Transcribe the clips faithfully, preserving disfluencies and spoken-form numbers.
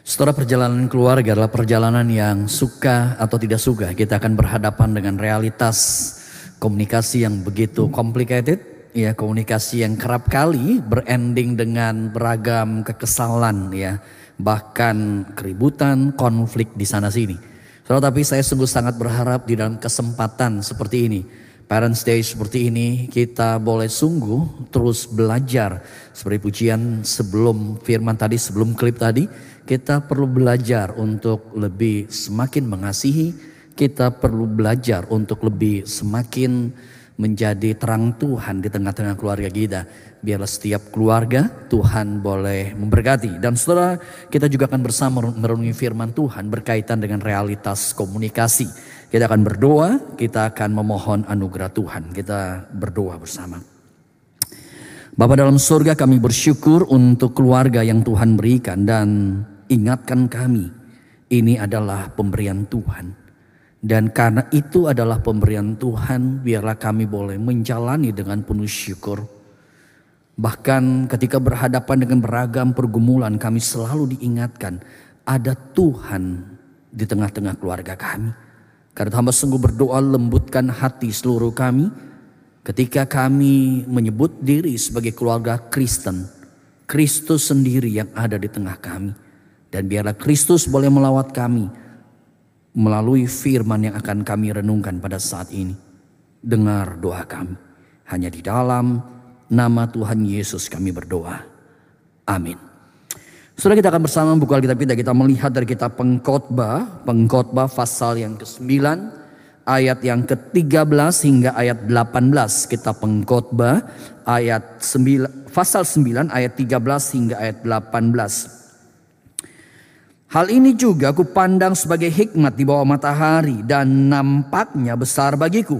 Setelah perjalanan keluarga adalah perjalanan yang suka atau tidak suka. Kita akan berhadapan dengan realitas komunikasi yang begitu complicated. Ya, komunikasi yang kerap kali berending dengan beragam kekesalan, ya, bahkan keributan, konflik di sana sini. Saudara, tapi saya sungguh sangat berharap di dalam kesempatan seperti ini, Parents Day seperti ini, kita boleh sungguh terus belajar. Seperti pujian sebelum firman tadi, sebelum klip tadi, kita perlu belajar untuk lebih semakin mengasihi. Kita perlu belajar untuk lebih semakin menjadi terang Tuhan di tengah-tengah keluarga kita. Biarlah setiap keluarga Tuhan boleh memberkati. Dan saudara, kita juga akan bersama merenungi firman Tuhan berkaitan dengan realitas komunikasi. Kita akan berdoa, kita akan memohon anugerah Tuhan. Kita berdoa bersama. Bapa dalam surga, kami bersyukur untuk keluarga yang Tuhan berikan. Dan ingatkan kami, ini adalah pemberian Tuhan. Dan karena itu adalah pemberian Tuhan, biarlah kami boleh menjalani dengan penuh syukur. Bahkan ketika berhadapan dengan beragam pergumulan, kami selalu diingatkan ada Tuhan di tengah-tengah keluarga kami. Karena hamba sungguh berdoa, lembutkan hati seluruh kami ketika kami menyebut diri sebagai keluarga Kristen. Kristus sendiri yang ada di tengah kami. Dan biarlah Kristus boleh melawat kami melalui firman yang akan kami renungkan pada saat ini. Dengar doa kami. Hanya di dalam nama Tuhan Yesus kami berdoa. Amin. Saudara, kita akan bersama buka Alkitab kita. Kita melihat dari kitab Pengkhotbah. Pengkhotbah pasal yang kesembilan. Ayat yang ke tiga belas hingga ayat delapan belas. Kitab Pengkhotbah ayat sembilan, pasal sembilan ayat tiga belas hingga ayat delapan belas. Hal ini juga kupandang sebagai hikmat di bawah matahari dan nampaknya besar bagiku.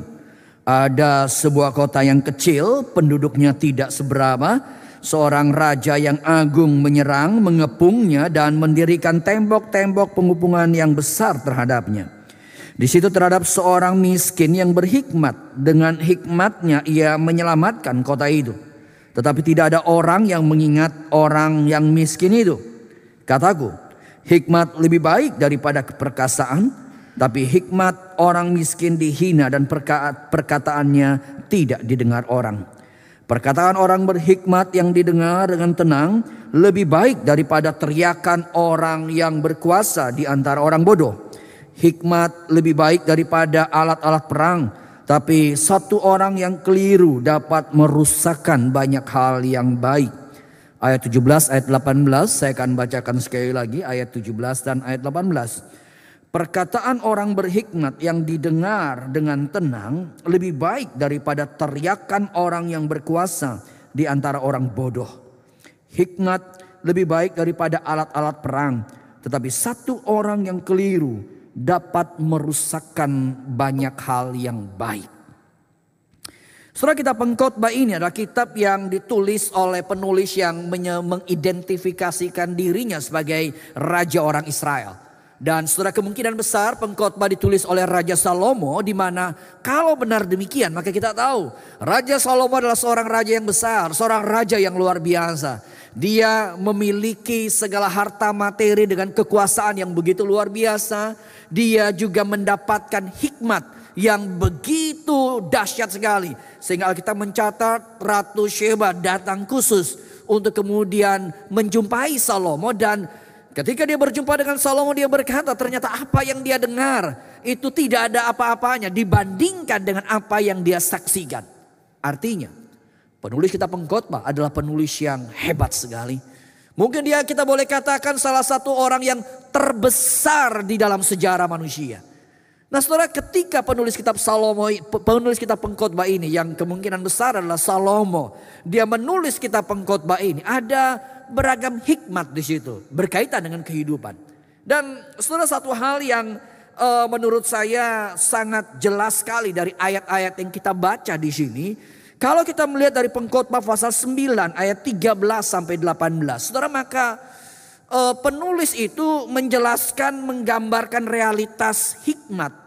Ada sebuah kota yang kecil, penduduknya tidak seberapa. Seorang raja yang agung menyerang, mengepungnya dan mendirikan tembok-tembok pengepungan yang besar terhadapnya. Di situ terhadap seorang miskin yang berhikmat. Dengan hikmatnya ia menyelamatkan kota itu. Tetapi tidak ada orang yang mengingat orang yang miskin itu. Kataku, hikmat lebih baik daripada keperkasaan, tapi hikmat orang miskin dihina dan perkataannya tidak didengar orang. Perkataan orang berhikmat yang didengar dengan tenang lebih baik daripada teriakan orang yang berkuasa di antara orang bodoh. Hikmat lebih baik daripada alat-alat perang, tapi satu orang yang keliru dapat merusakkan banyak hal yang baik. Ayat tujuh belas, ayat delapan belas, saya akan bacakan sekali lagi ayat tujuh belas dan ayat delapan belas. Perkataan orang berhikmat yang didengar dengan tenang lebih baik daripada teriakan orang yang berkuasa di antara orang bodoh. Hikmat lebih baik daripada alat-alat perang, tetapi satu orang yang keliru dapat merusakkan banyak hal yang baik. Saudara, kitab Pengkhotbah ini adalah kitab yang ditulis oleh penulis yang mengidentifikasikan dirinya sebagai raja orang Israel. Dan saudara, kemungkinan besar Pengkhotbah ditulis oleh Raja Salomo, di mana kalau benar demikian maka kita tahu Raja Salomo adalah seorang raja yang besar, seorang raja yang luar biasa. Dia memiliki segala harta materi dengan kekuasaan yang begitu luar biasa. Dia juga mendapatkan hikmat yang begitu dahsyat sekali. Sehingga Alkitab mencatat Ratu Sheba datang khusus untuk kemudian menjumpai Salomo. Dan ketika dia berjumpa dengan Salomo, dia berkata ternyata apa yang dia dengar itu tidak ada apa-apanya dibandingkan dengan apa yang dia saksikan. Artinya penulis kitab Pengkhotbah adalah penulis yang hebat sekali. Mungkin dia, kita boleh katakan, salah satu orang yang terbesar di dalam sejarah manusia. Nah saudara, ketika penulis kitab Salomo, penulis kitab Pengkhotbah ini yang kemungkinan besar adalah Salomo, dia menulis kitab Pengkhotbah ini, ada beragam hikmat di situ berkaitan dengan kehidupan. Dan saudara, satu hal yang uh, menurut saya sangat jelas sekali dari ayat-ayat yang kita baca di sini. Kalau kita melihat dari Pengkhotbah pasal sembilan ayat tiga belas sampai delapan belas. Saudara, maka uh, penulis itu menjelaskan, menggambarkan realitas hikmat.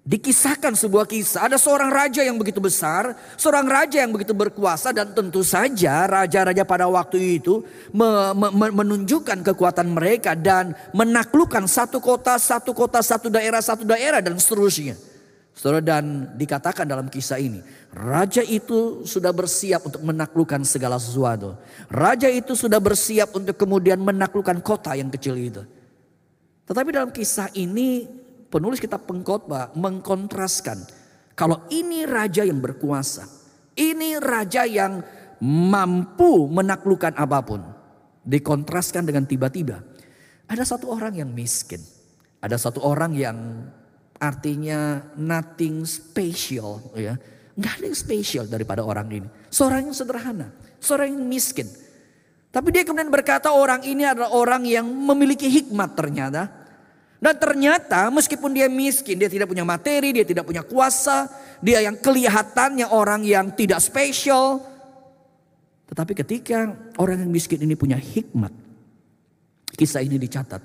Dikisahkan sebuah kisah, ada seorang raja yang begitu besar, seorang raja yang begitu berkuasa, dan tentu saja raja-raja pada waktu itu me, me, menunjukkan kekuatan mereka dan menaklukkan satu kota, satu kota, satu daerah, satu daerah dan seterusnya. Saudara, dan dikatakan dalam kisah ini, raja itu sudah bersiap untuk menaklukkan segala sesuatu. Raja itu sudah bersiap untuk kemudian menaklukkan kota yang kecil itu. Tetapi dalam kisah ini penulis kitab Pengkhotbah mengkontraskan, kalau ini raja yang berkuasa, ini raja yang mampu menaklukkan apapun, dikontraskan dengan tiba-tiba ada satu orang yang miskin, ada satu orang yang artinya nothing special, ya, nggak ada yang spesial daripada orang ini. Seorang yang sederhana, seorang yang miskin, tapi dia kemudian berkata orang ini adalah orang yang memiliki hikmat ternyata. Dan ternyata meskipun dia miskin, dia tidak punya materi, dia tidak punya kuasa, dia yang kelihatannya orang yang tidak spesial. Tetapi ketika orang yang miskin ini punya hikmat, kisah ini dicatat.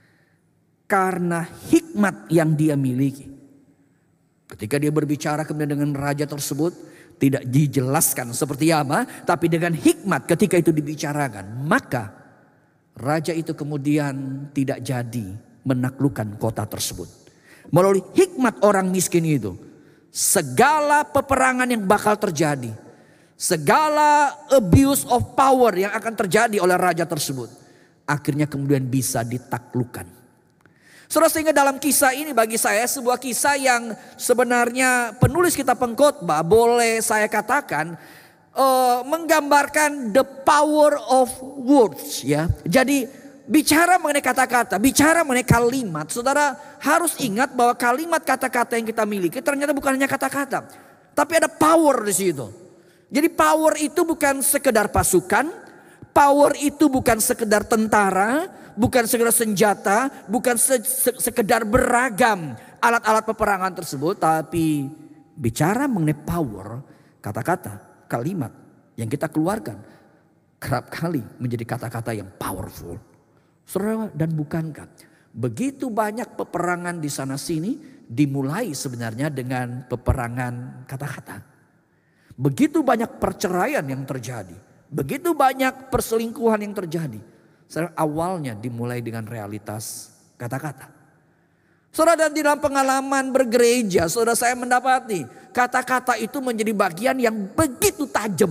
Karena hikmat yang dia miliki, ketika dia berbicara kemudian dengan raja tersebut, tidak dijelaskan seperti apa, tapi dengan hikmat ketika itu dibicarakan, maka raja itu kemudian tidak jadi menaklukkan kota tersebut. Melalui hikmat orang miskin itu, segala peperangan yang bakal terjadi, segala abuse of power yang akan terjadi oleh raja tersebut, akhirnya kemudian bisa ditaklukkan. Saudara, sehingga dalam kisah ini bagi saya sebuah kisah yang sebenarnya penulis kitab Pengkhotbah boleh saya katakan uh, menggambarkan the power of words, ya. Jadi bicara mengenai kata-kata, bicara mengenai kalimat, saudara harus ingat bahwa kalimat kata-kata yang kita miliki ternyata bukan hanya kata-kata, tapi ada power di situ. Jadi power itu bukan sekedar pasukan, power itu bukan sekedar tentara, bukan sekedar senjata, bukan se se sekedar beragam alat-alat peperangan tersebut, tapi bicara mengenai power, kata-kata, kalimat yang kita keluarkan kerap kali menjadi kata-kata yang powerful. Saudara, dan bukankah begitu banyak peperangan di sana sini dimulai sebenarnya dengan peperangan kata-kata. Begitu banyak perceraian yang terjadi, begitu banyak perselingkuhan yang terjadi, saudara, awalnya dimulai dengan realitas kata-kata. Saudara, dan di dalam pengalaman bergereja, saudara, saya mendapati kata-kata itu menjadi bagian yang begitu tajam.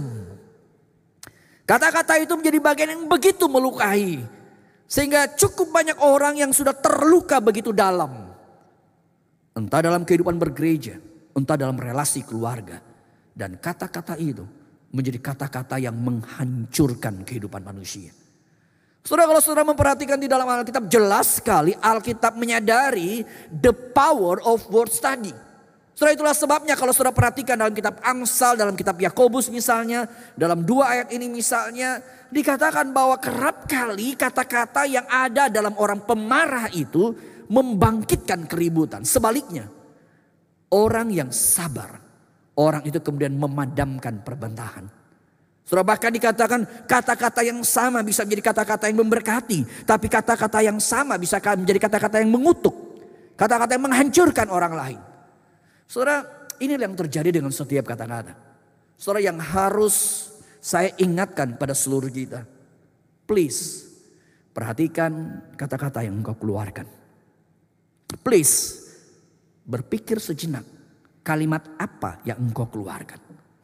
Kata-kata itu menjadi bagian yang begitu melukai. Sehingga cukup banyak orang yang sudah terluka begitu dalam. Entah dalam kehidupan bergereja, entah dalam relasi keluarga. Dan kata-kata itu menjadi kata-kata yang menghancurkan kehidupan manusia. Saudara, kalau saudara memperhatikan di dalam Alkitab, jelas sekali Alkitab menyadari the power of word study. Saudara, itulah sebabnya kalau saudara perhatikan dalam kitab Amsal, dalam kitab Yakobus misalnya, dalam dua ayat ini misalnya, dikatakan bahwa kerap kali kata-kata yang ada dalam orang pemarah itu membangkitkan keributan. Sebaliknya, orang yang sabar, orang itu kemudian memadamkan perbendahan. Saudara, bahkan dikatakan kata-kata yang sama bisa menjadi kata-kata yang memberkati, tapi kata-kata yang sama bisa menjadi kata-kata yang mengutuk, kata-kata yang menghancurkan orang lain. Saudara, inilah yang terjadi dengan setiap kata-kata. Saudara, yang harus saya ingatkan pada seluruh kita, please perhatikan kata-kata yang engkau keluarkan. Please berpikir sejenak, kalimat apa yang engkau keluarkan.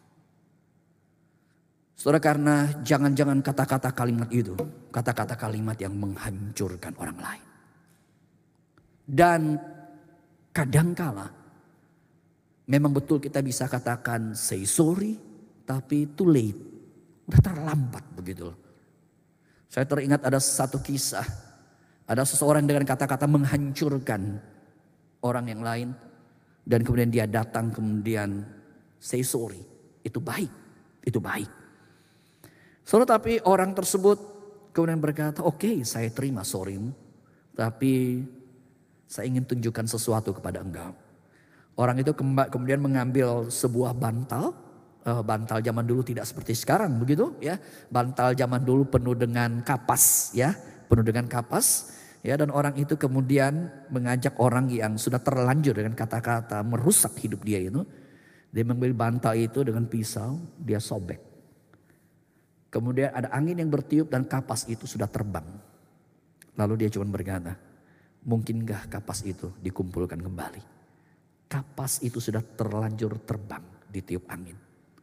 Saudara, karena jangan-jangan kata-kata kalimat itu, kata-kata kalimat yang menghancurkan orang lain. Dan kadangkala memang betul kita bisa katakan say sorry, tapi too late. Udah terlambat begitu. Saya teringat ada satu kisah. Ada seseorang dengan kata-kata menghancurkan orang yang lain. Dan kemudian dia datang kemudian say sorry. Itu baik. Itu baik. Saudara, tapi orang tersebut kemudian berkata, oke, okay, saya terima sorrymu. Tapi saya ingin tunjukkan sesuatu kepada engkau. Orang itu kemudian mengambil sebuah bantal. Bantal zaman dulu tidak seperti sekarang begitu ya. Bantal zaman dulu penuh dengan kapas ya. Penuh dengan kapas. Ya, dan orang itu kemudian mengajak orang yang sudah terlanjur dengan kata-kata merusak hidup dia itu. Dia mengambil bantal itu dengan pisau, dia sobek. Kemudian ada angin yang bertiup dan kapas itu sudah terbang. Lalu dia cuma berkata, mungkinkah kapas itu dikumpulkan kembali? Kapas itu sudah terlanjur terbang, ditiup angin.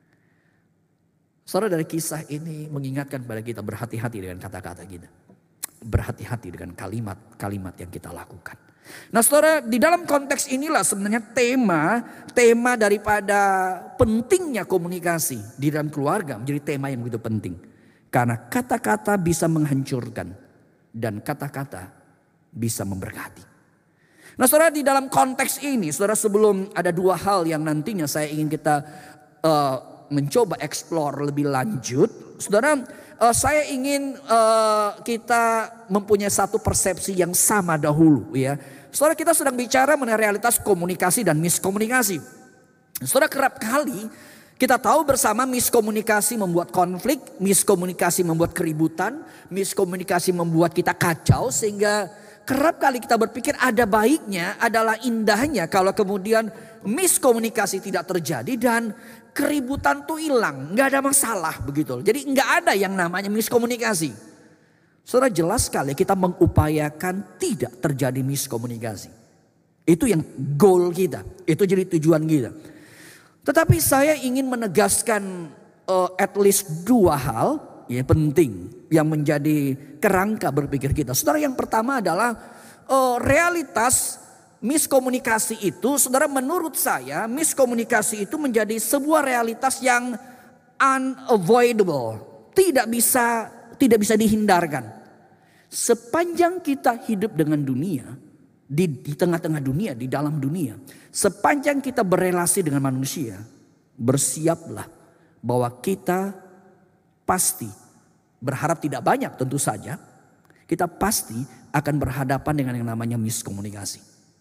Saudara, dari kisah ini mengingatkan kepada kita berhati-hati dengan kata-kata kita. Berhati-hati dengan kalimat-kalimat yang kita lakukan. Nah saudara, di dalam konteks inilah sebenarnya tema tema daripada pentingnya komunikasi di dalam keluarga menjadi tema yang begitu penting. Karena kata-kata bisa menghancurkan dan kata-kata bisa memberkati. Nah saudara, di dalam konteks ini, saudara, sebelum ada dua hal yang nantinya saya ingin kita uh, mencoba explore lebih lanjut. Saudara, uh, saya ingin uh, kita mempunyai satu persepsi yang sama dahulu ya. Saudara, kita sedang bicara mengenai realitas komunikasi dan miskomunikasi. Saudara, kerap kali kita tahu bersama miskomunikasi membuat konflik, miskomunikasi membuat keributan, miskomunikasi membuat kita kacau, sehingga kerap kali kita berpikir ada baiknya, adalah indahnya kalau kemudian miskomunikasi tidak terjadi dan keributan tuh hilang, nggak ada masalah begitu. Jadi nggak ada yang namanya miskomunikasi. Saudara, jelas sekali kita mengupayakan tidak terjadi miskomunikasi. Itu yang goal kita, itu jadi tujuan kita. Tetapi saya ingin menegaskan uh, at least dua hal ya penting yang menjadi kerangka berpikir kita. Saudara, yang pertama adalah uh, realitas miskomunikasi itu, saudara, menurut saya miskomunikasi itu menjadi sebuah realitas yang unavoidable, tidak bisa tidak bisa dihindarkan. Sepanjang kita hidup dengan dunia, di, di tengah-tengah dunia, di dalam dunia, sepanjang kita berelasi dengan manusia, bersiaplah bahwa kita pasti, berharap tidak banyak tentu saja, kita pasti akan berhadapan dengan yang namanya miskomunikasi.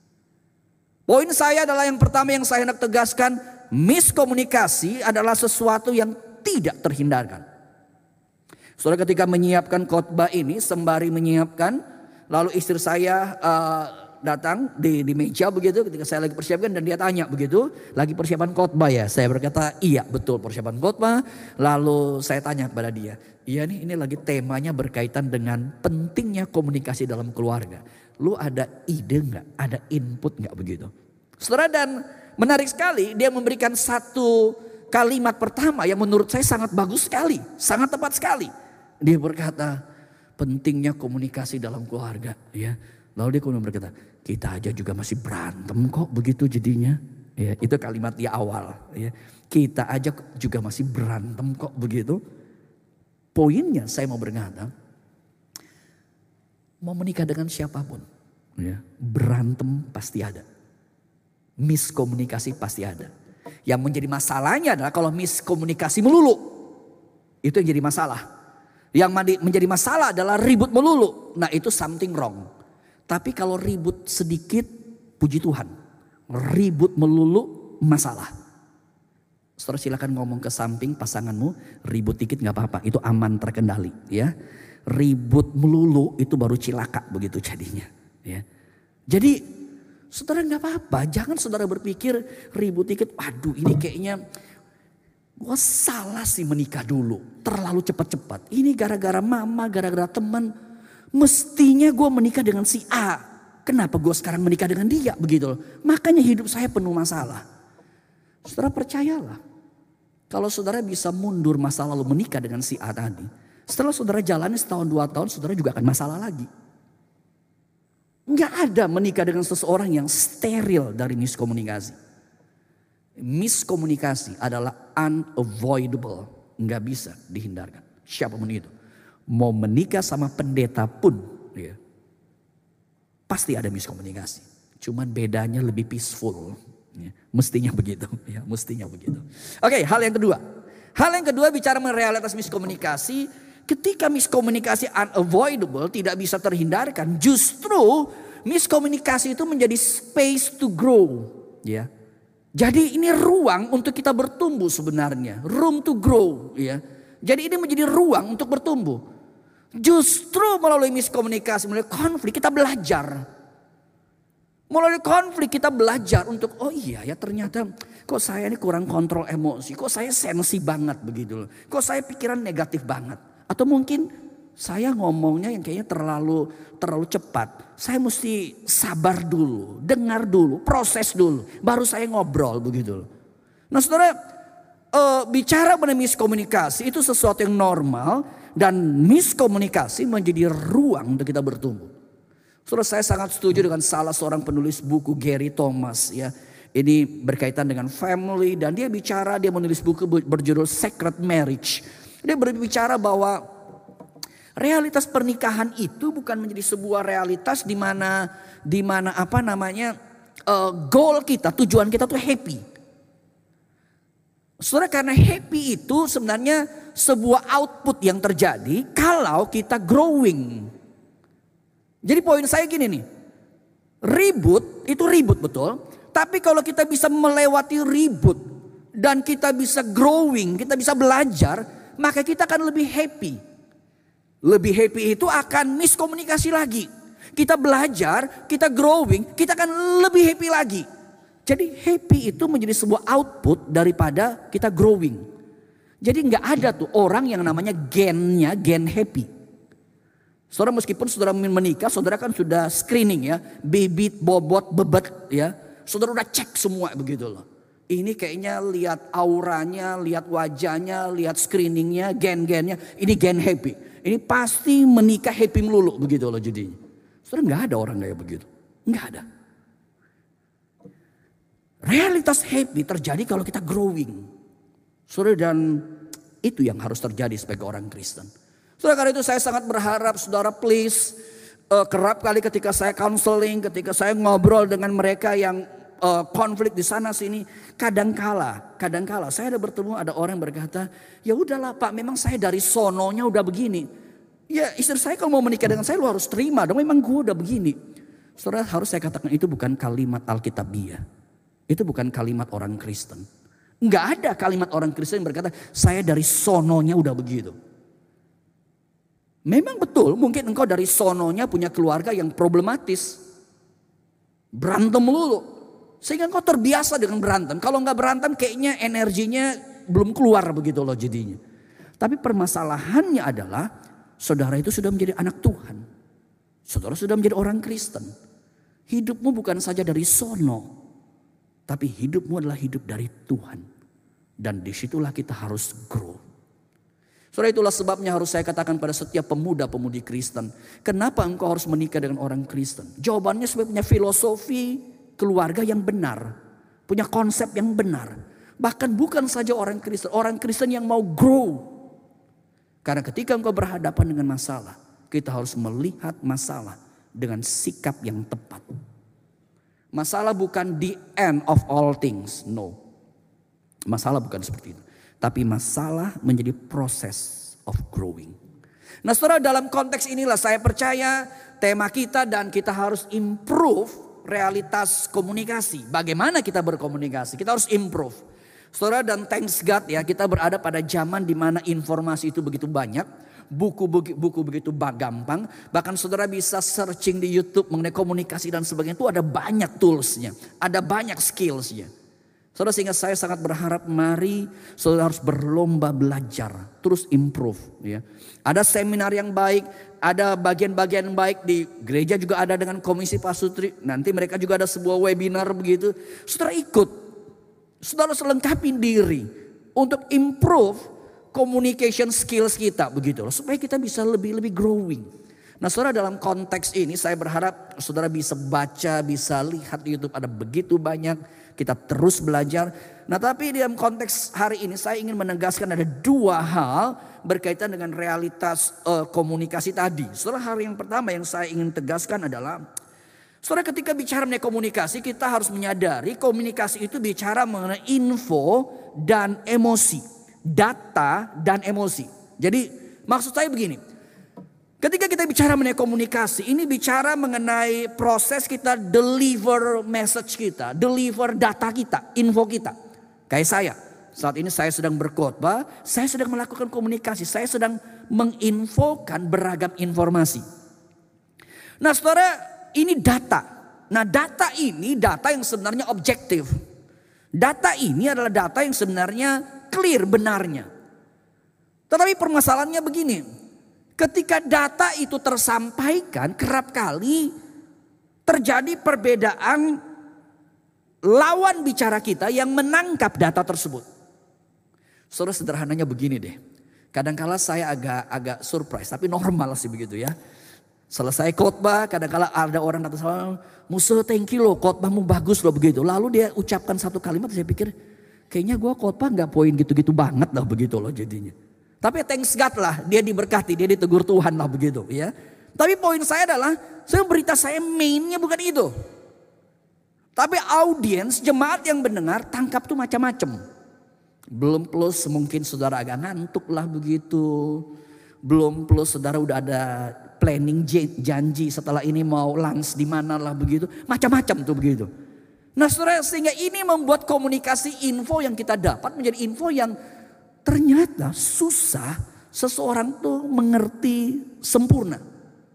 Poin saya adalah yang pertama yang saya hendak tegaskan, miskomunikasi adalah sesuatu yang tidak terhindarkan. Saudara, ketika menyiapkan khotbah ini, sembari menyiapkan, lalu istri saya uh, datang di, di meja begitu ketika saya lagi persiapkan dan dia tanya begitu, lagi persiapan khotbah ya? Saya berkata, iya betul persiapan khotbah. Lalu saya tanya kepada dia, iya nih, ini lagi temanya berkaitan dengan pentingnya komunikasi dalam keluarga. Lu ada ide nggak? Ada input nggak begitu? Saudara, dan menarik sekali dia memberikan satu kalimat pertama yang menurut saya sangat bagus sekali, sangat tepat sekali. Dia berkata, pentingnya komunikasi dalam keluarga ya. Lalu dia kemudian berkata, kita aja juga masih berantem kok begitu jadinya. Ya, itu kalimat di awal ya. Kita aja juga masih berantem kok begitu. Poinnya saya mau berkata, mau menikah dengan siapapun ya, berantem pasti ada. Miskomunikasi pasti ada. Yang menjadi masalahnya adalah kalau miskomunikasi melulu. Itu yang jadi masalah. Yang menjadi masalah adalah ribut melulu. Nah, itu something wrong. Tapi kalau ribut sedikit, puji Tuhan. Ribut melulu masalah. Saudara, silakan ngomong ke samping pasanganmu, ribut dikit gak apa-apa, itu aman, terkendali ya. Ribut melulu itu baru cilaka begitu jadinya ya. Jadi saudara, gak apa-apa, jangan saudara berpikir ribut dikit, waduh ini kayaknya gue salah sih menikah dulu, terlalu cepat-cepat. Ini gara-gara mama, gara-gara teman. Mestinya gue menikah dengan si A. Kenapa gue sekarang menikah dengan dia begitu loh. Makanya hidup saya penuh masalah. Saudara, percayalah. Kalau saudara bisa mundur masa lalu menikah dengan si A tadi. Setelah saudara jalani setahun dua tahun, saudara juga akan masalah lagi. Nggak ada menikah dengan seseorang yang steril dari miskomunikasi. Miskomunikasi adalah unavoidable, nggak bisa dihindarkan. Siapapun itu, mau menikah sama pendeta pun, ya, pasti ada miskomunikasi. Cuman bedanya lebih peaceful, ya, mestinya begitu, ya, mestinya begitu. Oke, hal yang kedua, hal yang kedua bicara mengenai realitas miskomunikasi. Ketika miskomunikasi unavoidable, tidak bisa terhindarkan, justru miskomunikasi itu menjadi space to grow, ya. Jadi ini ruang untuk kita bertumbuh sebenarnya. Room to grow ya. Jadi ini menjadi ruang untuk bertumbuh. Justru melalui miskomunikasi, melalui konflik kita belajar. Melalui konflik kita belajar untuk, oh iya ya ternyata kok saya ini kurang kontrol emosi. Kok saya sensi banget begitu loh. Kok saya pikiran negatif banget. Atau mungkin saya ngomongnya yang kayaknya terlalu terlalu cepat. Saya mesti sabar dulu, dengar dulu, proses dulu. Baru saya ngobrol begitu loh. Nah saudara, e, bicara mengenai miskomunikasi itu sesuatu yang normal. Dan miskomunikasi menjadi ruang untuk kita bertumbuh. Saudara, saya sangat setuju dengan salah seorang penulis buku, Gary Thomas ya. Ini berkaitan dengan family dan dia bicara, dia menulis buku berjudul Sacred Marriage. Dia berbicara bahwa realitas pernikahan itu bukan menjadi sebuah realitas di mana di mana apa namanya uh, goal kita, tujuan kita tuh happy. Saudara, karena happy itu sebenarnya sebuah output yang terjadi kalau kita growing. Jadi poin saya gini nih, ribut itu ribut betul. Tapi kalau kita bisa melewati ribut dan kita bisa growing, kita bisa belajar, maka kita akan lebih happy. Lebih happy itu akan miskomunikasi lagi. Kita belajar, kita growing, kita akan lebih happy lagi. Jadi happy itu menjadi sebuah output daripada kita growing. Jadi nggak ada tuh orang yang namanya gennya gen happy. Saudara, meskipun saudara menikah, saudara kan sudah screening ya, bibit, bobot, bebet ya. Saudara udah cek semua begitu loh. Ini kayaknya lihat auranya, lihat wajahnya, lihat screeningnya, gen-gennya. Ini gen happy. Ini pasti menikah happy melulu begitu loh jadinya. Saudara, nggak ada orang kayak begitu, nggak ada. Realitas happy terjadi kalau kita growing. Saudara, dan itu yang harus terjadi sebagai orang Kristen. Saudara, karena itu saya sangat berharap saudara please uh, kerap kali ketika saya counseling, ketika saya ngobrol dengan mereka yang uh, konflik di sana sini, kadangkala, kadangkala saya ada bertemu ada orang yang berkata, ya udahlah Pak, memang saya dari sononya udah begini. Ya istri saya kalau mau menikah dengan saya lu harus terima dong, memang gue udah begini. Saudara, harus saya katakan itu bukan kalimat Alkitabiah. Itu bukan kalimat orang Kristen. Enggak ada kalimat orang Kristen yang berkata, saya dari sononya udah begitu. Memang betul, mungkin engkau dari sononya punya keluarga yang problematis. Berantem melulu. Sehingga engkau terbiasa dengan berantem. Kalau enggak berantem kayaknya energinya belum keluar begitu loh jadinya. Tapi permasalahannya adalah, saudara itu sudah menjadi anak Tuhan. Saudara sudah menjadi orang Kristen. Hidupmu bukan saja dari sono. Tapi hidupmu adalah hidup dari Tuhan. Dan disitulah kita harus grow. Saudara, itulah sebabnya harus saya katakan pada setiap pemuda-pemudi Kristen. Kenapa engkau harus menikah dengan orang Kristen? Jawabannya supaya punya filosofi keluarga yang benar. Punya konsep yang benar. Bahkan bukan saja orang Kristen. Orang Kristen yang mau grow. Karena ketika engkau berhadapan dengan masalah, kita harus melihat masalah dengan sikap yang tepat. Masalah bukan the end of all things, no. Masalah bukan seperti itu. Tapi masalah menjadi proses of growing. Nah saudara, dalam konteks inilah saya percaya tema kita dan kita harus improve realitas komunikasi. Bagaimana kita berkomunikasi, kita harus improve. Saudara, dan thanks God ya, kita berada pada zaman di mana informasi itu begitu banyak. Buku-buku begitu gampang. Bahkan saudara bisa searching di YouTube mengenai komunikasi dan sebagainya. Itu ada banyak toolsnya. Ada banyak skillsnya. Saudara, sehingga saya sangat berharap mari saudara harus berlomba belajar. Terus improve. Ya. Ada seminar yang baik. Ada bagian-bagian baik di gereja juga ada dengan Komisi Pasutri. Nanti mereka juga ada sebuah webinar begitu. Saudara ikut. Saudara selengkapi diri. Untuk improve communication skills kita begitu loh, supaya kita bisa lebih-lebih growing. Nah saudara, dalam konteks ini saya berharap saudara bisa baca, bisa lihat di YouTube ada begitu banyak, kita terus belajar. Nah tapi dalam konteks hari ini saya ingin menegaskan ada dua hal berkaitan dengan realitas uh, komunikasi tadi. Saudara, hari yang pertama yang saya ingin tegaskan adalah, saudara, ketika bicara mengenai komunikasi kita harus menyadari komunikasi itu bicara mengenai info dan emosi. Data dan emosi. Jadi maksud saya begini. Ketika kita bicara mengenai komunikasi, ini bicara mengenai proses kita deliver message kita, deliver data kita, info kita. Kayak saya, saat ini saya sedang berkhotbah, saya sedang melakukan komunikasi, saya sedang menginfokan beragam informasi. Nah saudara, ini data. Nah data ini data yang sebenarnya objektif. Data ini adalah data yang sebenarnya clear benarnya. Tetapi permasalahannya begini. Ketika data itu tersampaikan, kerap kali terjadi perbedaan lawan bicara kita yang menangkap data tersebut. Saudara, sederhananya begini deh. Kadangkala saya agak agak surprise, tapi normal sih begitu ya. Selesai khotbah, kadangkala ada orang datang sama, Musa thank you loh, khotbahmu bagus loh begitu. Lalu dia ucapkan satu kalimat, saya pikir kayaknya gue khotbah gak poin gitu-gitu banget lah begitu loh jadinya. Tapi thanks God lah, dia diberkati, dia ditegur Tuhan lah begitu ya. Tapi poin saya adalah, saya berita saya mainnya bukan itu. Tapi audiens, jemaat yang mendengar tangkap tuh macam-macam. Belum plus mungkin saudara agak ngantuk lah begitu. Belum plus saudara udah ada planning janji setelah ini mau lunch di mana lah begitu. Macam-macam tuh begitu. Nah saudara, sehingga ini membuat komunikasi info yang kita dapat menjadi info yang ternyata susah seseorang tuh mengerti sempurna.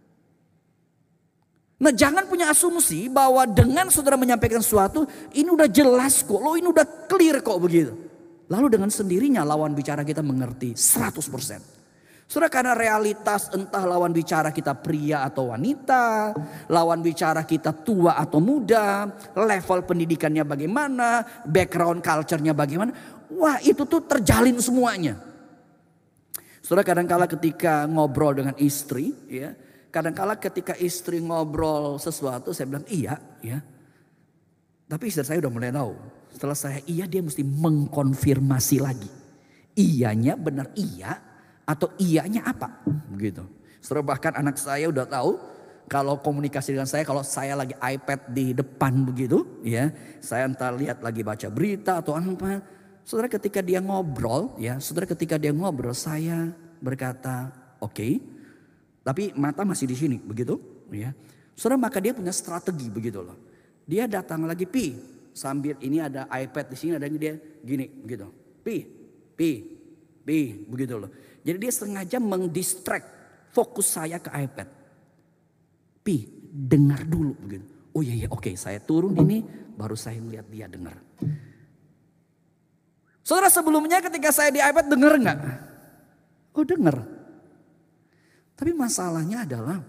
Nah jangan punya asumsi bahwa dengan saudara menyampaikan sesuatu, ini udah jelas kok, lo ini udah clear kok begitu. Lalu dengan sendirinya lawan bicara kita mengerti seratus persen. Saudara, karena realitas entah lawan bicara kita pria atau wanita, lawan bicara kita tua atau muda, level pendidikannya bagaimana, background culture-nya bagaimana. Wah itu tuh terjalin semuanya. Saudara, kadang-kala ketika ngobrol dengan istri ya. Kadang-kala ketika istri ngobrol sesuatu saya bilang iya ya. Tapi istri saya udah mulai tahu. Setelah saya iya dia mesti mengkonfirmasi lagi. Iyanya benar iya atau iyanya apa begitu. Setelah bahkan anak saya udah tahu kalau komunikasi dengan saya, kalau saya lagi iPad di depan begitu ya. Saya entah lihat lagi baca berita atau apa. Saudara ketika dia ngobrol ya. Saudara ketika dia ngobrol saya berkata oke. Okay, tapi mata masih di sini begitu ya. Saudara, maka dia punya strategi begitu loh. Dia datang lagi pi sambil ini ada iPad di sini ada dia gini begitu. Pi, pi, pi begitu loh. Jadi dia sengaja mengdistract fokus saya ke iPad. Pi, dengar dulu begitu. Oh iya iya oke, saya turun ini baru saya melihat dia dengar. Saudara, sebelumnya ketika saya di iPad dengar nggak? Oh dengar. Tapi masalahnya adalah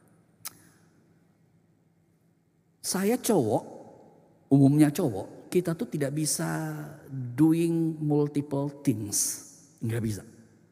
saya cowok, umumnya cowok, kita tuh tidak bisa doing multiple things. Nggak bisa.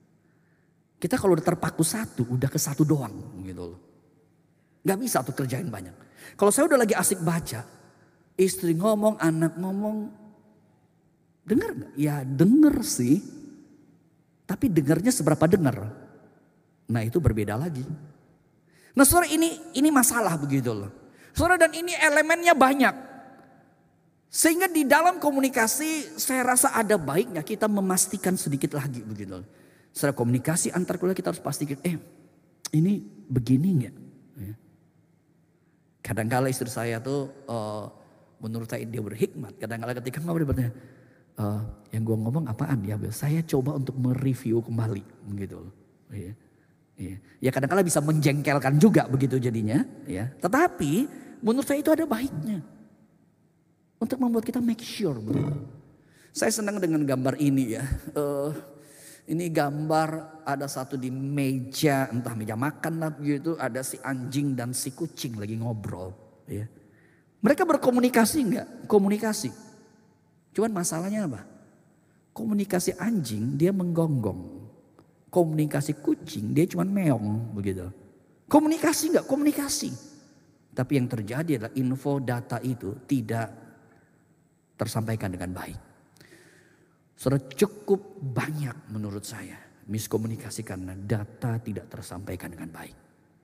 Kita kalau udah terpaku satu, udah ke satu doang gitu loh. Nggak bisa tuh kerjain banyak. Kalau saya udah lagi asik baca, istri ngomong, anak ngomong, dengar nggak? Ya denger sih. Tapi dengarnya seberapa dengar? Nah itu berbeda lagi. Nah saudara, ini ini masalah begitu loh. Saudara, dan ini elemennya banyak. Sehingga di dalam komunikasi saya rasa ada baiknya kita memastikan sedikit lagi begitu loh. Secara komunikasi antar keluarga kita harus pastikan, eh ini begini nggak? Ya. Kadang-kala istri saya tuh uh, menurut saya dia berhikmat. Kadang-kala ketika ngobrol bertanya, uh, yang gue ngomong apaan ya? Saya coba untuk mereview kembali begitu loh. Ya. Ya, ya kadang-kadang bisa menjengkelkan juga begitu jadinya. Ya, tetapi menurut saya itu ada baiknya untuk membuat kita make sure begitu. Saya senang dengan gambar ini ya. Uh, ini gambar ada satu di meja, entah meja makan lah begitu. Ada si anjing dan si kucing lagi ngobrol. Ya. Mereka berkomunikasi enggak? Komunikasi. Cuman masalahnya apa? Komunikasi anjing dia menggonggong. Komunikasi kucing dia cuma meong begitu. Komunikasi enggak? Komunikasi. Tapi yang terjadi adalah info data itu tidak tersampaikan dengan baik. Saudara, cukup banyak menurut saya miskomunikasi karena data tidak tersampaikan dengan baik.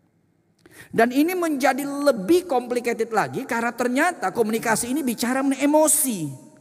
Dan ini menjadi lebih complicated lagi karena ternyata komunikasi ini bicara mengenai emosi.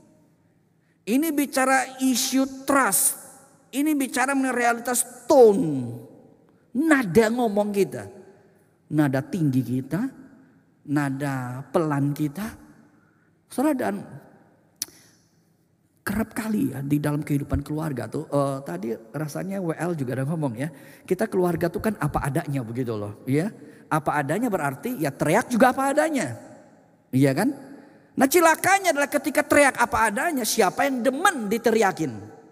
Ini bicara isu trust. Ini bicara mengenai realitas tone, nada ngomong kita, nada tinggi kita, nada pelan kita. Saudara, dan kerap kali ya di dalam kehidupan keluarga tuh. Uh, tadi rasanya W L juga ada ngomong ya. Kita keluarga tuh kan apa adanya begitu loh. Ya, apa adanya berarti ya teriak juga apa adanya. Iya kan? Nah cilakanya adalah ketika teriak apa adanya, siapa yang demen diteriakin?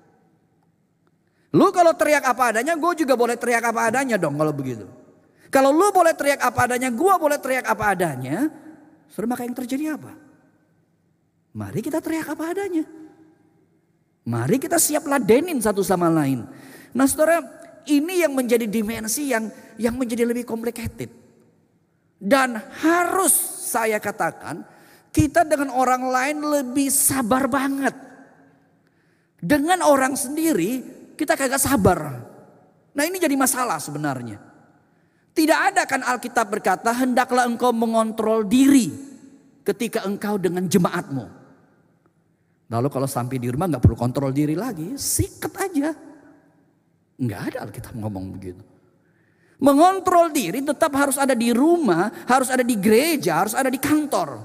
Lu kalau teriak apa adanya, gue juga boleh teriak apa adanya dong kalau begitu. Kalau lu boleh teriak apa adanya, gue boleh teriak apa adanya. Saudara, maka yang terjadi apa? Mari kita teriak apa adanya. Mari kita siap ladenin satu sama lain. Nah saudara, ini yang menjadi dimensi yang yang menjadi lebih complicated. Dan harus saya katakan, kita dengan orang lain lebih sabar banget. Dengan orang sendiri kita kagak sabar. Nah ini jadi masalah sebenarnya. Tidak ada kan Alkitab berkata hendaklah engkau mengontrol diri ketika engkau dengan jemaatmu. Lalu kalau sampai di rumah gak perlu kontrol diri lagi, sikat aja. Gak ada Alkitab ngomong begitu. Mengontrol diri tetap harus ada di rumah, harus ada di gereja, harus ada di kantor.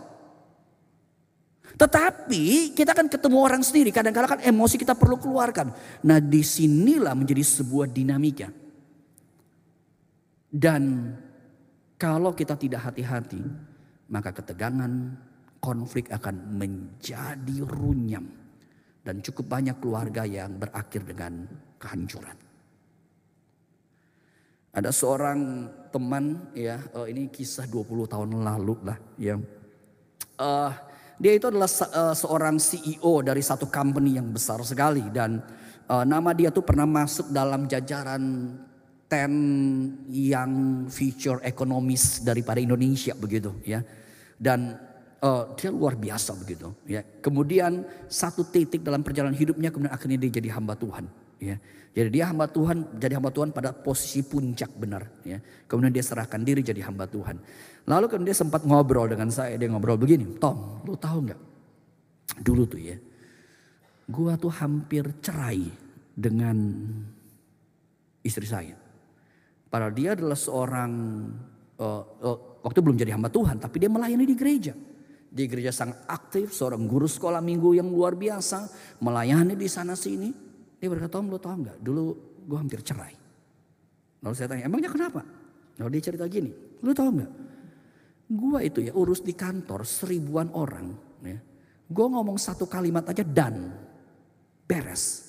Tetapi kita kan ketemu orang sendiri, kadang-kadang kan emosi kita perlu keluarkan. Nah disinilah menjadi sebuah dinamika. Dan kalau kita tidak hati-hati, maka ketegangan, konflik akan menjadi runyam. Dan cukup banyak keluarga yang berakhir dengan kehancuran. Ada seorang teman ya, uh, ini kisah dua puluh tahun lalu lah. Ya. Uh, dia itu adalah uh, seorang C E O dari satu company yang besar sekali. Dan uh, nama dia tuh pernah masuk dalam jajaran ten yang future economist daripada Indonesia begitu ya. Dan uh, dia luar biasa begitu ya. Kemudian satu titik dalam perjalanan hidupnya kemudian akhirnya dia jadi hamba Tuhan ya. Jadi dia hamba Tuhan, jadi hamba Tuhan pada posisi puncak benar ya. Kemudian dia serahkan diri jadi hamba Tuhan. Lalu kemudian dia sempat ngobrol dengan saya, dia ngobrol begini, "Tom, lu tahu nggak? Dulu tuh ya, gua tuh hampir cerai dengan istri saya. Padahal dia adalah seorang, uh, uh, waktu belum jadi hamba Tuhan, tapi dia melayani di gereja. Di gereja sangat aktif, seorang guru sekolah minggu yang luar biasa, melayani di sana sini. Dia berkata, "Tom, lo tau gak, dulu gue hampir cerai." Lalu saya tanya, "Emangnya kenapa?" Lalu dia cerita gini, "Lo tau gak, gue itu ya urus di kantor seribuan orang. Ya. Gue ngomong satu kalimat aja dan beres.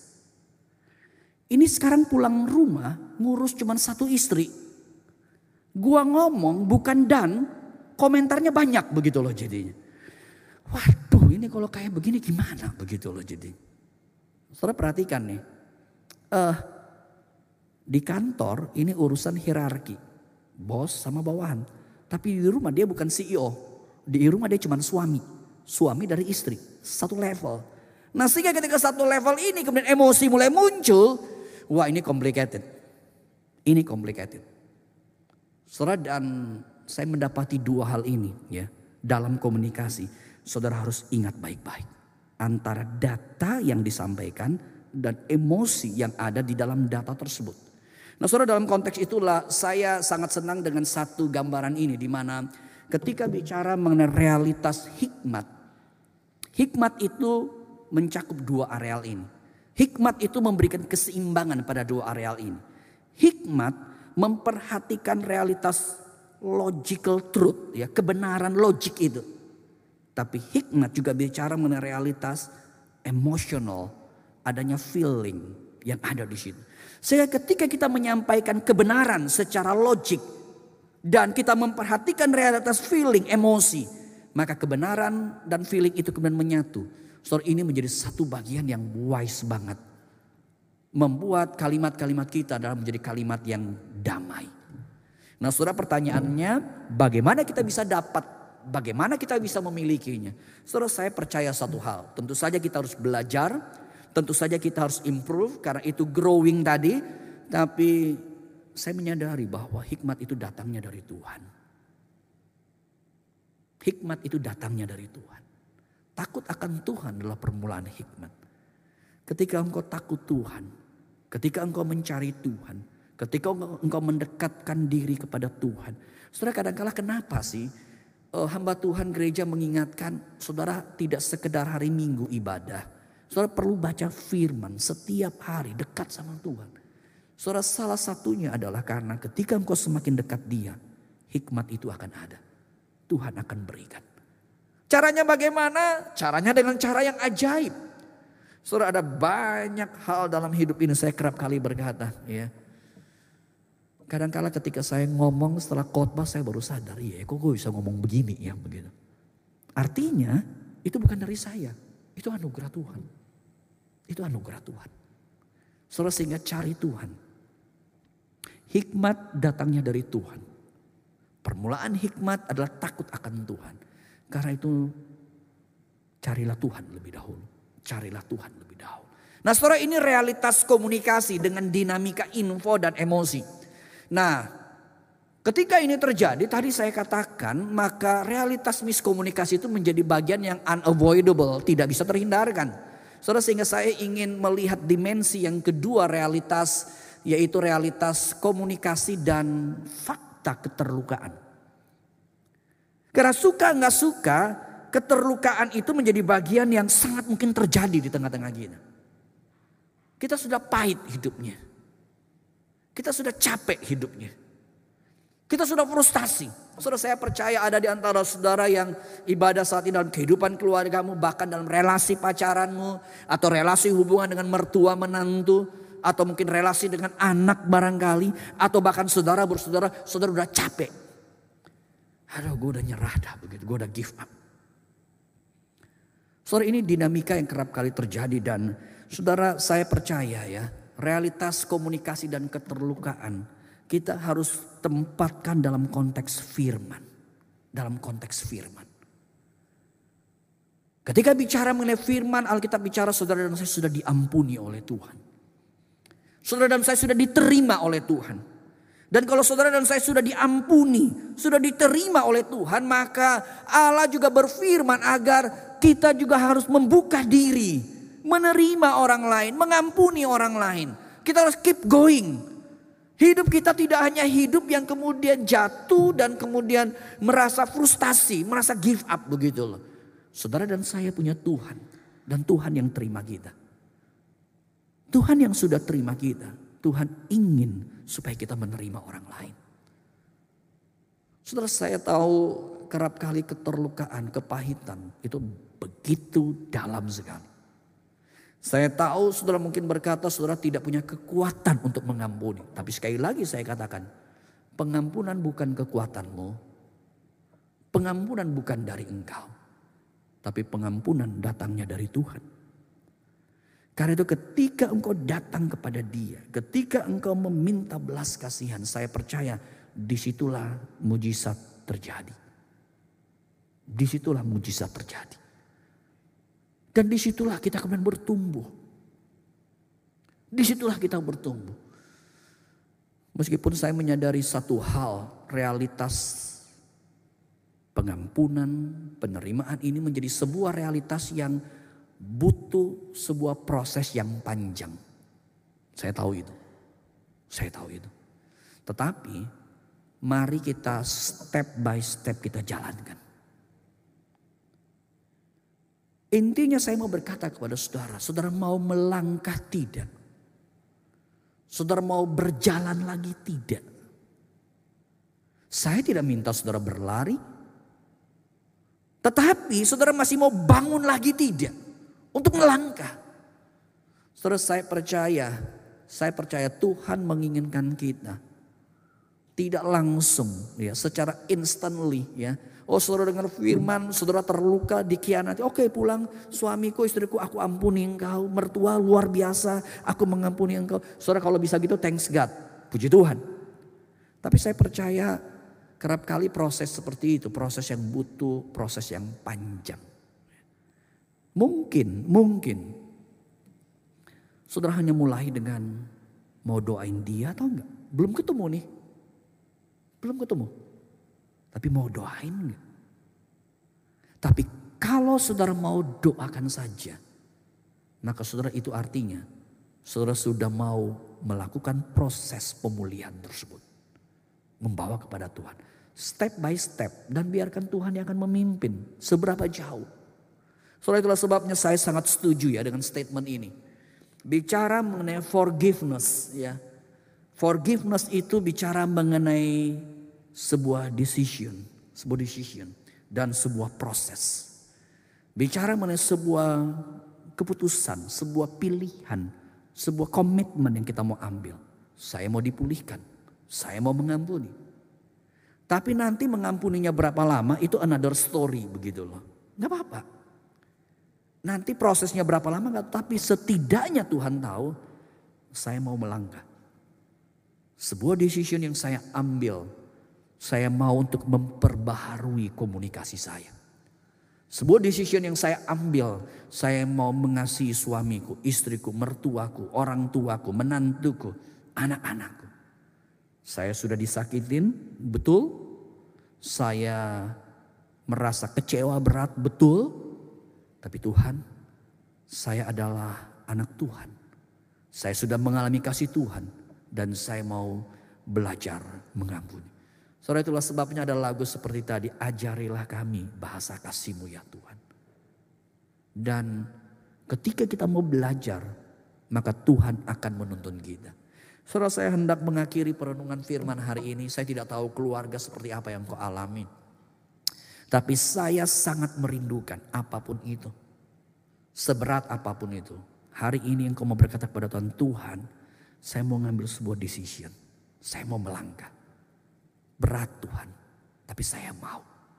Ini sekarang pulang rumah ngurus cuma satu istri. Gua ngomong bukan dan, komentarnya banyak begitu loh jadinya. Waduh, ini kalau kayak begini gimana begitu loh jadi." Saudara perhatikan nih. Uh, di kantor ini urusan hierarki. Bos sama bawahan. Tapi di rumah dia bukan C E O. Di rumah dia cuma suami. Suami dari istri. Satu level. Nah sehingga ketika satu level ini kemudian emosi mulai muncul. Wah ini complicated. Ini complicated. Saudara, dan saya mendapati dua hal ini ya. Dalam komunikasi. Saudara harus ingat baik-baik. Antara data yang disampaikan dan emosi yang ada di dalam data tersebut. Nah saudara, dalam konteks itulah saya sangat senang dengan satu gambaran ini. Di mana ketika bicara mengenai realitas hikmat. Hikmat itu mencakup dua areal ini. Hikmat itu memberikan keseimbangan pada dua areal ini. Hikmat memperhatikan realitas logical truth, ya, kebenaran logik itu. Tapi hikmat juga bicara mengenai realitas emosional, adanya feeling yang ada di situ. Sehingga ketika kita menyampaikan kebenaran secara logik dan kita memperhatikan realitas feeling, emosi, maka kebenaran dan feeling itu kemudian menyatu. So, ini menjadi satu bagian yang wise banget. Membuat kalimat-kalimat kita dalam menjadi kalimat yang damai. Nah saudara, pertanyaannya bagaimana kita bisa dapat, bagaimana kita bisa memilikinya. Saudara, saya percaya satu hal. Tentu saja kita harus belajar. Tentu saja kita harus improve karena itu growing tadi. Tapi saya menyadari bahwa hikmat itu datangnya dari Tuhan. Hikmat itu datangnya dari Tuhan. Takut akan Tuhan adalah permulaan hikmat. Ketika engkau takut Tuhan, ketika engkau mencari Tuhan, ketika engkau mendekatkan diri kepada Tuhan. Saudara, kadang-kala kenapa sih uh, hamba Tuhan gereja mengingatkan saudara tidak sekedar hari Minggu ibadah. Saudara perlu baca firman setiap hari dekat sama Tuhan. Saudara salah satunya adalah karena ketika engkau semakin dekat dia, hikmat itu akan ada. Tuhan akan berikan. Caranya bagaimana? Caranya dengan cara yang ajaib. Saudara, ada banyak hal dalam hidup ini, saya kerap kali berkata, ya. Kadang-kala ketika saya ngomong setelah khotbah saya baru sadar, ya kok gue bisa ngomong begini ya begitu. Artinya itu bukan dari saya, itu anugerah Tuhan. Itu anugerah Tuhan. Saudara, sehingga cari Tuhan. Hikmat datangnya dari Tuhan. Permulaan hikmat adalah takut akan Tuhan. Karena itu carilah Tuhan lebih dahulu. Carilah Tuhan lebih dahulu. Nah saudara, ini realitas komunikasi dengan dinamika info dan emosi. Nah ketika ini terjadi, tadi saya katakan maka realitas miskomunikasi itu menjadi bagian yang unavoidable, tidak bisa terhindarkan. Saudara, sehingga saya ingin melihat dimensi yang kedua realitas, yaitu realitas komunikasi dan fakta keterlukaan. Karena suka nggak suka, keterlukaan itu menjadi bagian yang sangat mungkin terjadi di tengah-tengah kita. Kita sudah pahit hidupnya. Kita sudah capek hidupnya. Kita sudah frustasi. Saudara, saya percaya ada di antara saudara yang ibadah saat ini dalam kehidupan keluargamu, bahkan dalam relasi pacaranmu, atau relasi hubungan dengan mertua menantu, atau mungkin relasi dengan anak barangkali, atau bahkan saudara bersaudara, saudara udah capek. Aduh, gue udah nyerah dah begitu, gue udah give up. Saudara, ini dinamika yang kerap kali terjadi dan saudara, saya percaya ya, realitas komunikasi dan keterlukaan kita harus tempatkan dalam konteks firman. Dalam konteks firman. Ketika bicara mengenai firman, Alkitab bicara saudara dan saya sudah diampuni oleh Tuhan. Saudara dan saya sudah diterima oleh Tuhan. Dan kalau saudara dan saya sudah diampuni, sudah diterima oleh Tuhan, maka Allah juga berfirman agar kita juga harus membuka diri, menerima orang lain, mengampuni orang lain. Kita harus keep going. Hidup kita tidak hanya hidup yang kemudian jatuh dan kemudian merasa frustasi, merasa give up begitu loh. Saudara dan saya punya Tuhan dan Tuhan yang terima kita. Tuhan yang sudah terima kita, Tuhan ingin supaya kita menerima orang lain. Saudara, saya tahu kerap kali keterlukaan, kepahitan itu begitu dalam sekali. Saya tahu saudara mungkin berkata saudara tidak punya kekuatan untuk mengampuni. Tapi sekali lagi saya katakan, pengampunan bukan kekuatanmu. Pengampunan bukan dari engkau. Tapi pengampunan datangnya dari Tuhan. Karena itu ketika engkau datang kepada Dia, ketika engkau meminta belas kasihan, saya percaya disitulah mujizat terjadi. Disitulah mujizat terjadi. Dan disitulah kita kemudian bertumbuh. Disitulah kita bertumbuh. Meskipun saya menyadari satu hal, realitas pengampunan, penerimaan ini menjadi sebuah realitas yang butuh sebuah proses yang panjang. Saya tahu itu. Saya tahu itu. Tetapi mari kita step by step kita jalankan. Intinya saya mau berkata kepada saudara, saudara mau melangkah tidak? Saudara mau berjalan lagi tidak? Saya tidak minta saudara berlari. Tetapi saudara masih mau bangun lagi tidak? Untuk melangkah. Saudara, saya percaya, saya percaya Tuhan menginginkan kita. Tidak langsung ya, secara instantly ya. Oh saudara dengar firman, saudara terluka, dikhianati. Oke pulang, suamiku, istriku aku ampuni engkau. Mertua luar biasa, aku mengampuni engkau. Saudara kalau bisa gitu thanks God, puji Tuhan. Tapi saya percaya kerap kali proses seperti itu, proses yang butuh, proses yang panjang. Mungkin, mungkin. Saudara hanya mulai dengan mau doain dia atau enggak. Belum ketemu nih, belum ketemu. Tapi mau doain enggak? Tapi kalau saudara mau doakan saja, maka saudara itu artinya saudara sudah mau melakukan proses pemulihan tersebut. Membawa kepada Tuhan. Step by step dan biarkan Tuhan yang akan memimpin seberapa jauh. Soalnya itulah sebabnya saya sangat setuju ya dengan statement ini. Bicara mengenai forgiveness ya. Forgiveness itu bicara mengenai sebuah decision, sebuah decision dan sebuah proses. Bicara mengenai sebuah keputusan, sebuah pilihan, sebuah komitmen yang kita mau ambil. Saya mau dipulihkan, saya mau mengampuni. Tapi nanti mengampuninya berapa lama itu another story begitu loh. Gak apa-apa. Nanti prosesnya berapa lama gak, tapi setidaknya Tuhan tahu saya mau melangkah. Sebuah decision yang saya ambil, saya mau untuk memperbaharui komunikasi saya. Sebuah decision yang saya ambil, saya mau mengasihi suamiku, istriku, mertuaku, orang tuaku, menantuku, anak-anakku. Saya sudah disakitin, betul. Saya merasa kecewa berat, betul. Tapi Tuhan, saya adalah anak Tuhan. Saya sudah mengalami kasih Tuhan dan saya mau belajar mengampuni. Saudara, itulah sebabnya ada lagu seperti tadi, ajarilah kami bahasa kasih-Mu ya Tuhan. Dan ketika kita mau belajar, maka Tuhan akan menuntun kita. Saudara, saya hendak mengakhiri perenungan firman hari ini. Saya tidak tahu keluarga seperti apa yang kau alami. Tapi saya sangat merindukan apapun itu. Seberat apapun itu. Hari ini yang kau mau berkata kepada Tuhan, Tuhan, saya mau ngambil sebuah decision. Saya mau melangkah. Berat Tuhan, tapi saya mau.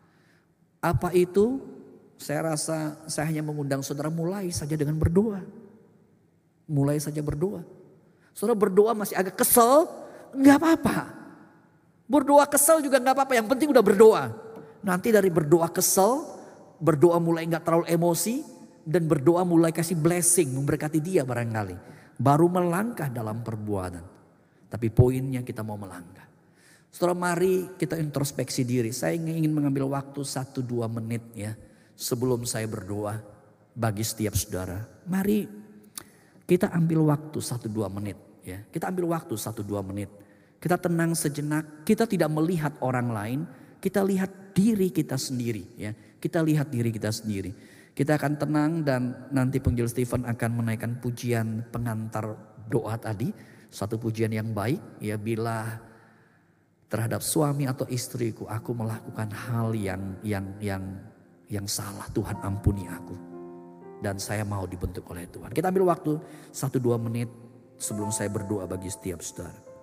Apa itu? Saya rasa saya hanya mengundang saudara mulai saja dengan berdoa. Mulai saja berdoa. Saudara berdoa masih agak kesel, enggak apa-apa. Berdoa kesel juga enggak apa-apa, yang penting udah berdoa. Nanti dari berdoa kesel, berdoa mulai enggak terlalu emosi, dan berdoa mulai kasih blessing, memberkati dia barangkali. Baru melangkah dalam perbuatan. Tapi poinnya kita mau melangkah. Saudara, mari kita introspeksi diri. Saya ingin mengambil waktu satu dua menit ya. Sebelum saya berdoa bagi setiap saudara. Mari kita ambil waktu satu dua menit ya. Kita ambil waktu satu dua menit. Kita tenang sejenak. Kita tidak melihat orang lain. Kita lihat diri kita sendiri ya. Kita lihat diri kita sendiri. Kita akan tenang dan nanti Penginjil Stephen akan menaikkan pujian pengantar doa tadi. Satu pujian yang baik ya, bila terhadap suami atau istriku aku melakukan hal yang yang yang yang salah, Tuhan ampuni aku. Dan saya mau dibentuk oleh Tuhan. Kita ambil waktu satu dua menit sebelum saya berdoa bagi setiap saudara.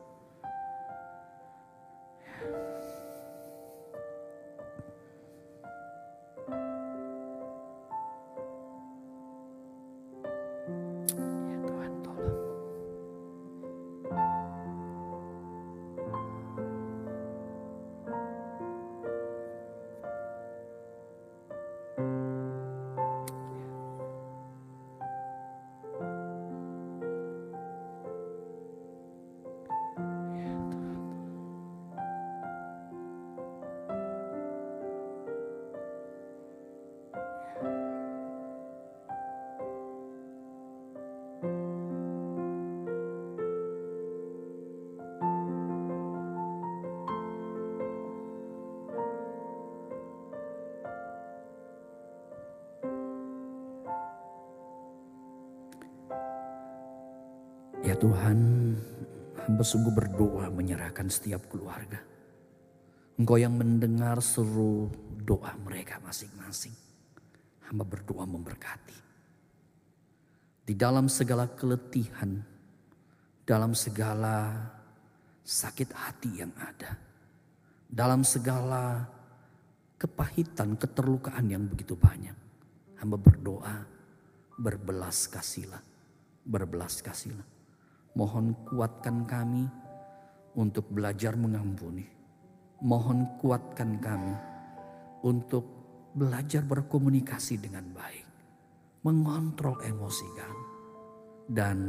Ya Tuhan, hamba sungguh berdoa menyerahkan setiap keluarga. Engkau yang mendengar seluruh doa mereka masing-masing. Hamba berdoa memberkati. Di dalam segala keletihan, dalam segala sakit hati yang ada, dalam segala kepahitan, keterlukaan yang begitu banyak, hamba berdoa berbelas kasihilah, berbelas kasihilah. Mohon kuatkan kami untuk belajar mengampuni. Mohon kuatkan kami untuk belajar berkomunikasi dengan baik. Mengontrol emosi kami. Dan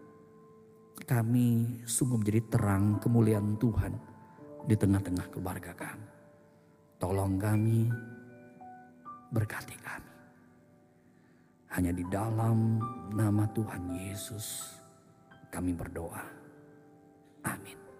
kami sungguh menjadi terang kemuliaan Tuhan di tengah-tengah keluarga kami. Tolong kami, berkati kami. Hanya di dalam nama Tuhan Yesus kami berdoa. Amin.